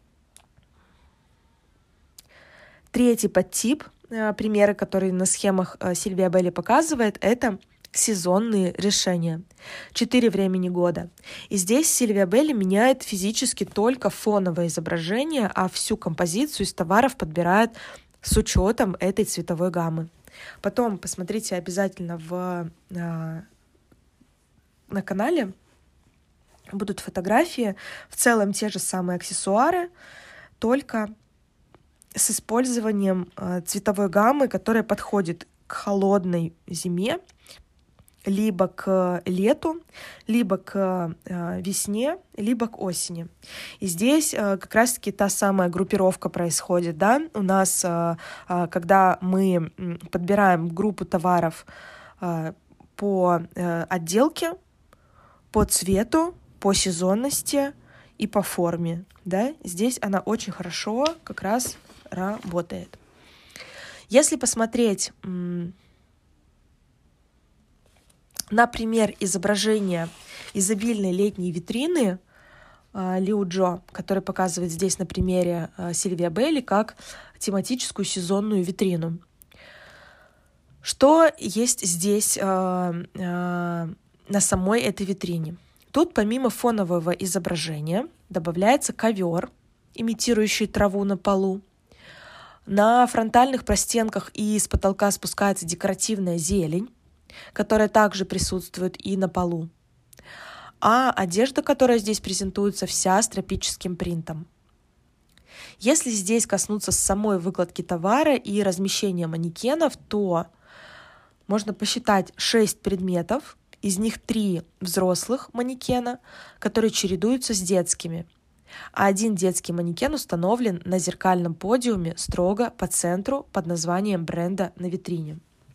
Третий подтип, примеры, которые на схемах Сильвия Белли показывает, это сезонные решения. Четыре времени года. И здесь Сильвия Белли меняет физически только фоновое изображение, а всю композицию из товаров подбирает с учетом этой цветовой гаммы. Потом посмотрите обязательно в, на, на канале. Будут фотографии. В целом те же самые аксессуары, только с использованием цветовой гаммы, которая подходит к холодной зиме, либо к лету, либо к э, весне, либо к осени. И здесь э, как раз-таки та самая группировка происходит, да, у нас, э, э, когда мы подбираем группу товаров э, по э, отделке, по цвету, по сезонности и по форме, да, здесь она очень хорошо как раз работает. Если посмотреть м- Например, изображение изобильной летней витрины э, Лиу Джо, который показывает здесь на примере э, Сильвия Белли как тематическую сезонную витрину. Что есть здесь э, э, на самой этой витрине? Тут помимо фонового изображения добавляется ковер, имитирующий траву на полу. На фронтальных простенках и с потолка спускается декоративная зелень, которая также присутствует и на полу. А одежда, которая здесь презентуется, вся с тропическим принтом. Если здесь коснуться самой выкладки товара и размещения манекенов, то можно посчитать шесть предметов, из них три взрослых манекена, которые чередуются с детскими. А один детский манекен установлен на зеркальном подиуме строго по центру под названием бренда на витрине.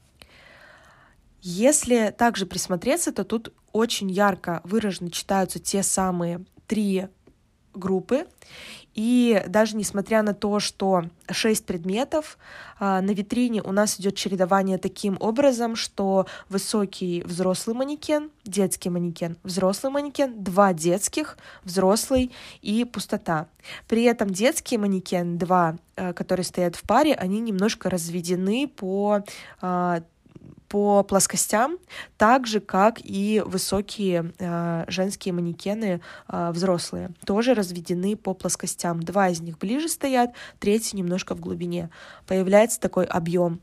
Если также присмотреться, то тут очень ярко выраженно читаются те самые три группы. И даже несмотря на то, что шесть предметов, на витрине у нас идет чередование таким образом, что высокий взрослый манекен, детский манекен, взрослый манекен, два детских, взрослый и пустота. При этом детские манекен, два, которые стоят в паре, они немножко разведены по по плоскостям, так же, как и высокие э, женские манекены э, взрослые. Тоже разведены по плоскостям. Два из них ближе стоят, третий немножко в глубине. Появляется такой объем.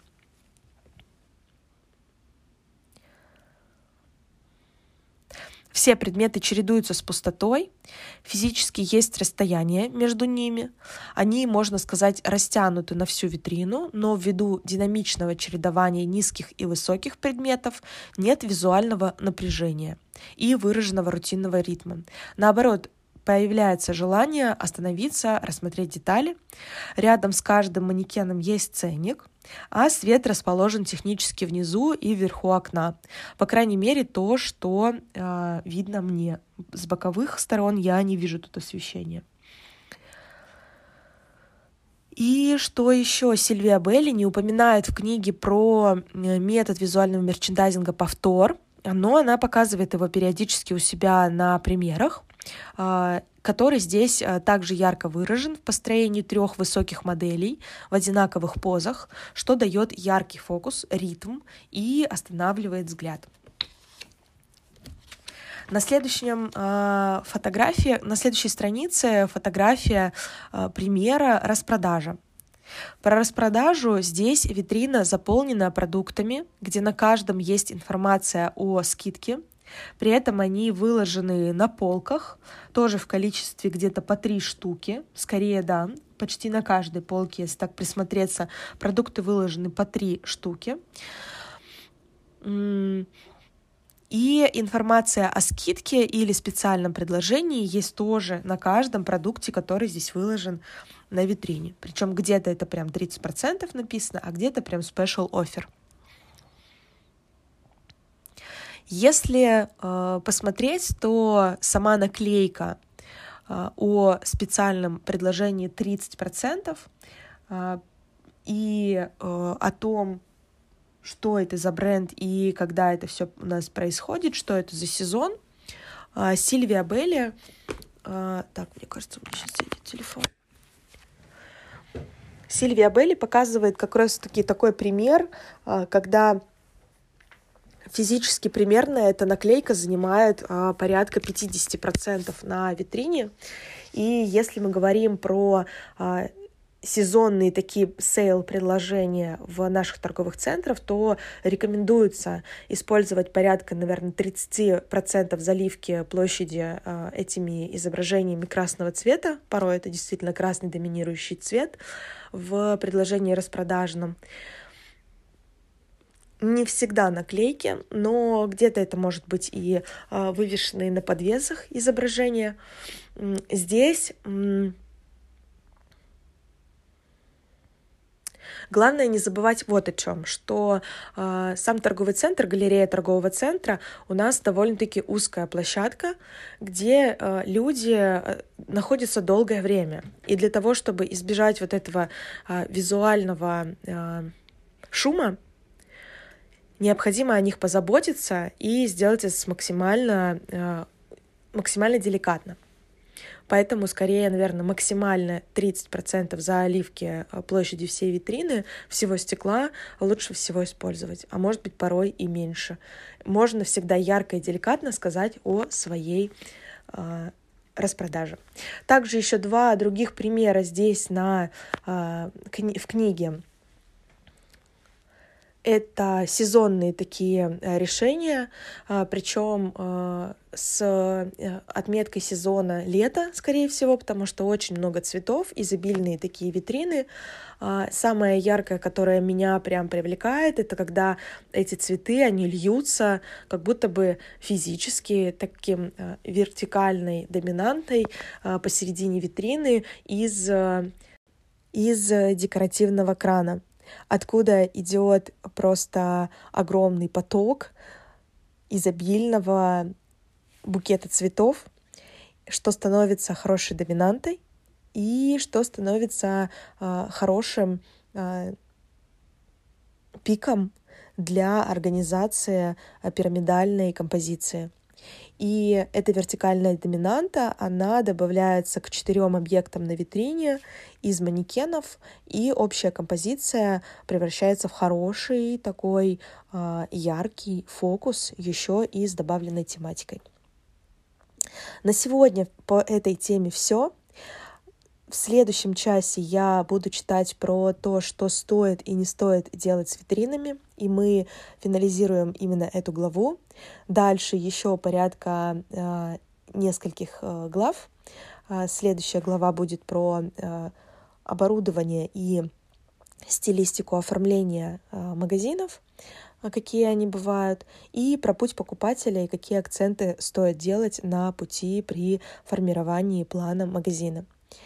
Все предметы чередуются с пустотой, физически есть расстояние между ними. Они, можно сказать, растянуты на всю витрину, но ввиду динамичного чередования низких и высоких предметов нет визуального напряжения и выраженного рутинного ритма. Наоборот, появляется желание остановиться, рассмотреть детали. Рядом с каждым манекеном есть ценник, а свет расположен технически внизу и вверху окна. По крайней мере, то, что э, видно мне. С боковых сторон я не вижу тут освещения. И что еще Сильвия Белли не упоминает в книге про метод визуального мерчендайзинга «Повтор», но она показывает его периодически у себя на примерах, который здесь также ярко выражен в построении трех высоких моделей в одинаковых позах, что дает яркий фокус, ритм и останавливает взгляд. На следующем э, фотографии, на следующей странице фотография э, примера распродажа. Про распродажу здесь витрина заполнена продуктами, где на каждом есть информация о скидке. При этом они выложены на полках, тоже в количестве где-то по три штуки. Скорее, да, почти на каждой полке, если так присмотреться, продукты выложены по три штуки. И информация о скидке или специальном предложении есть тоже на каждом продукте, который здесь выложен на витрине. Причем где-то это прям тридцать процентов написано, а где-то прям special offer. Если э, посмотреть, то сама наклейка э, о специальном предложении тридцать процентов э, и э, о том, что это за бренд и когда это все у нас происходит, что это за сезон, э, Сильвия Белли... Э, так, мне кажется, у меня сейчас сидит телефон. Сильвия Белли показывает как раз-таки такой пример, э, когда... Физически примерно эта наклейка занимает а, порядка пятьдесят процентов на витрине. И если мы говорим про а, сезонные такие сейл-предложения в наших торговых центрах, то рекомендуется использовать порядка, наверное, тридцать процентов заливки площади а, этими изображениями красного цвета. Порой это действительно красный доминирующий цвет в предложении распродажном. Не всегда наклейки, но где-то это может быть и а, вывешенные на подвесах изображения. Здесь м- главное не забывать вот о чем, что а, сам торговый центр, галерея торгового центра у нас довольно-таки узкая площадка, где а, люди а, находятся долгое время. И для того, чтобы избежать вот этого а, визуального а, шума, необходимо о них позаботиться и сделать это максимально, максимально деликатно. Поэтому, скорее, наверное, максимально тридцать процентов заливки площади всей витрины, всего стекла лучше всего использовать, а может быть, порой и меньше. Можно всегда ярко и деликатно сказать о своей распродаже. Также еще два других примера здесь на, в книге. Это сезонные такие решения, причем с отметкой сезона лета, скорее всего, потому что очень много цветов, изобильные такие витрины. Самое яркое, которое меня прям привлекает, это когда эти цветы, они льются как будто бы физически таким вертикальной доминантой посередине витрины из, из декоративного крана, откуда идет просто огромный поток изобильного букета цветов, что становится хорошей доминантой и что становится э, хорошим э, пиком для организации пирамидальной композиции. И эта вертикальная доминанта, она добавляется к четырем объектам на витрине из манекенов, и общая композиция превращается в хороший такой э, яркий фокус еще и с добавленной тематикой. На сегодня по этой теме все. В следующем часе я буду читать про то, что стоит и не стоит делать с витринами, и мы финализируем именно эту главу. Дальше еще порядка э, нескольких э, глав. Э, следующая глава будет про э, оборудование и стилистику оформления э, магазинов, э, какие они бывают, и про путь покупателя и какие акценты стоит делать на пути при формировании плана магазина.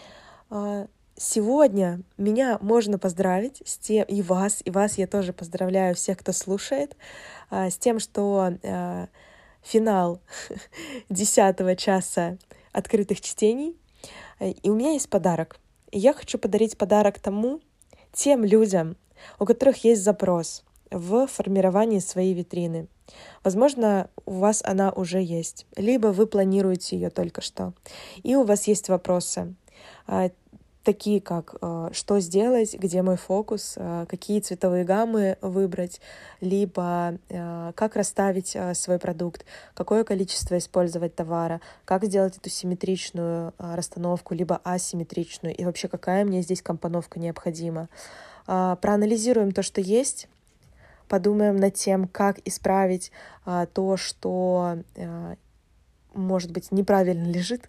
Сегодня меня можно поздравить с тем, и вас, и вас я тоже поздравляю, всех, кто слушает, с тем, что финал десятого часа открытых чтений, и у меня есть подарок. И я хочу подарить подарок тому, тем людям, у которых есть запрос в формировании своей витрины. Возможно, у вас она уже есть, либо вы планируете ее только что, и у вас есть вопросы, такие как что сделать, где мой фокус, какие цветовые гаммы выбрать, либо как расставить свой продукт, какое количество использовать товара, как сделать эту симметричную расстановку, либо асимметричную, и вообще какая мне здесь компоновка необходима. Проанализируем то, что есть, подумаем над тем, как исправить то, что, может быть, неправильно лежит.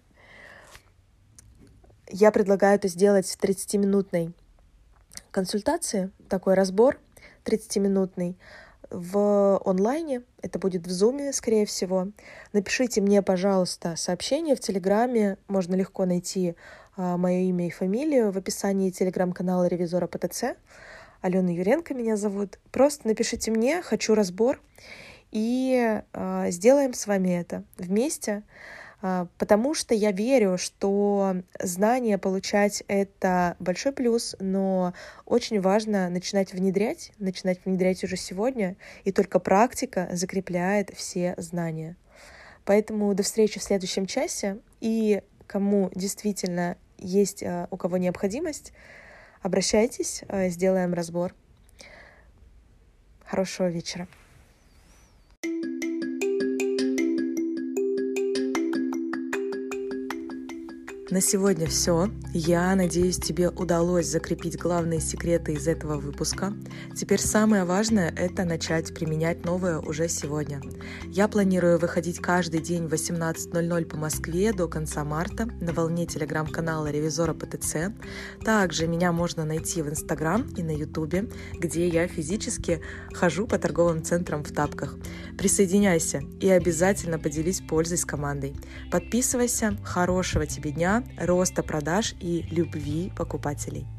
Я предлагаю это сделать в тридцатиминутной консультации, такой разбор тридцатиминутный в онлайне, это будет в Zoom, скорее всего. Напишите мне, пожалуйста, сообщение в Телеграме, можно легко найти а, мое имя и фамилию в описании Телеграм-канала Ревизора ПТЦ. Алена Юренко меня зовут. Просто напишите мне, хочу разбор, и а, сделаем с вами это вместе. Потому что я верю, что знания получать — это большой плюс, но очень важно начинать внедрять, начинать внедрять уже сегодня, и только практика закрепляет все знания. Поэтому до встречи в следующем часе, и кому действительно есть у кого необходимость, обращайтесь, сделаем разбор. Хорошего вечера. На сегодня все. Я надеюсь, тебе удалось закрепить главные секреты из этого выпуска. Теперь самое важное — это начать применять новое уже сегодня. Я планирую выходить каждый день в восемнадцать ноль ноль по Москве до конца марта на волне телеграм-канала Ревизора ПТЦ. Также меня можно найти в Инстаграм и на Ютубе, где я физически хожу по торговым центрам в тапках. Присоединяйся и обязательно поделись пользой с командой. Подписывайся. Хорошего тебе дня, роста продаж и любви покупателей.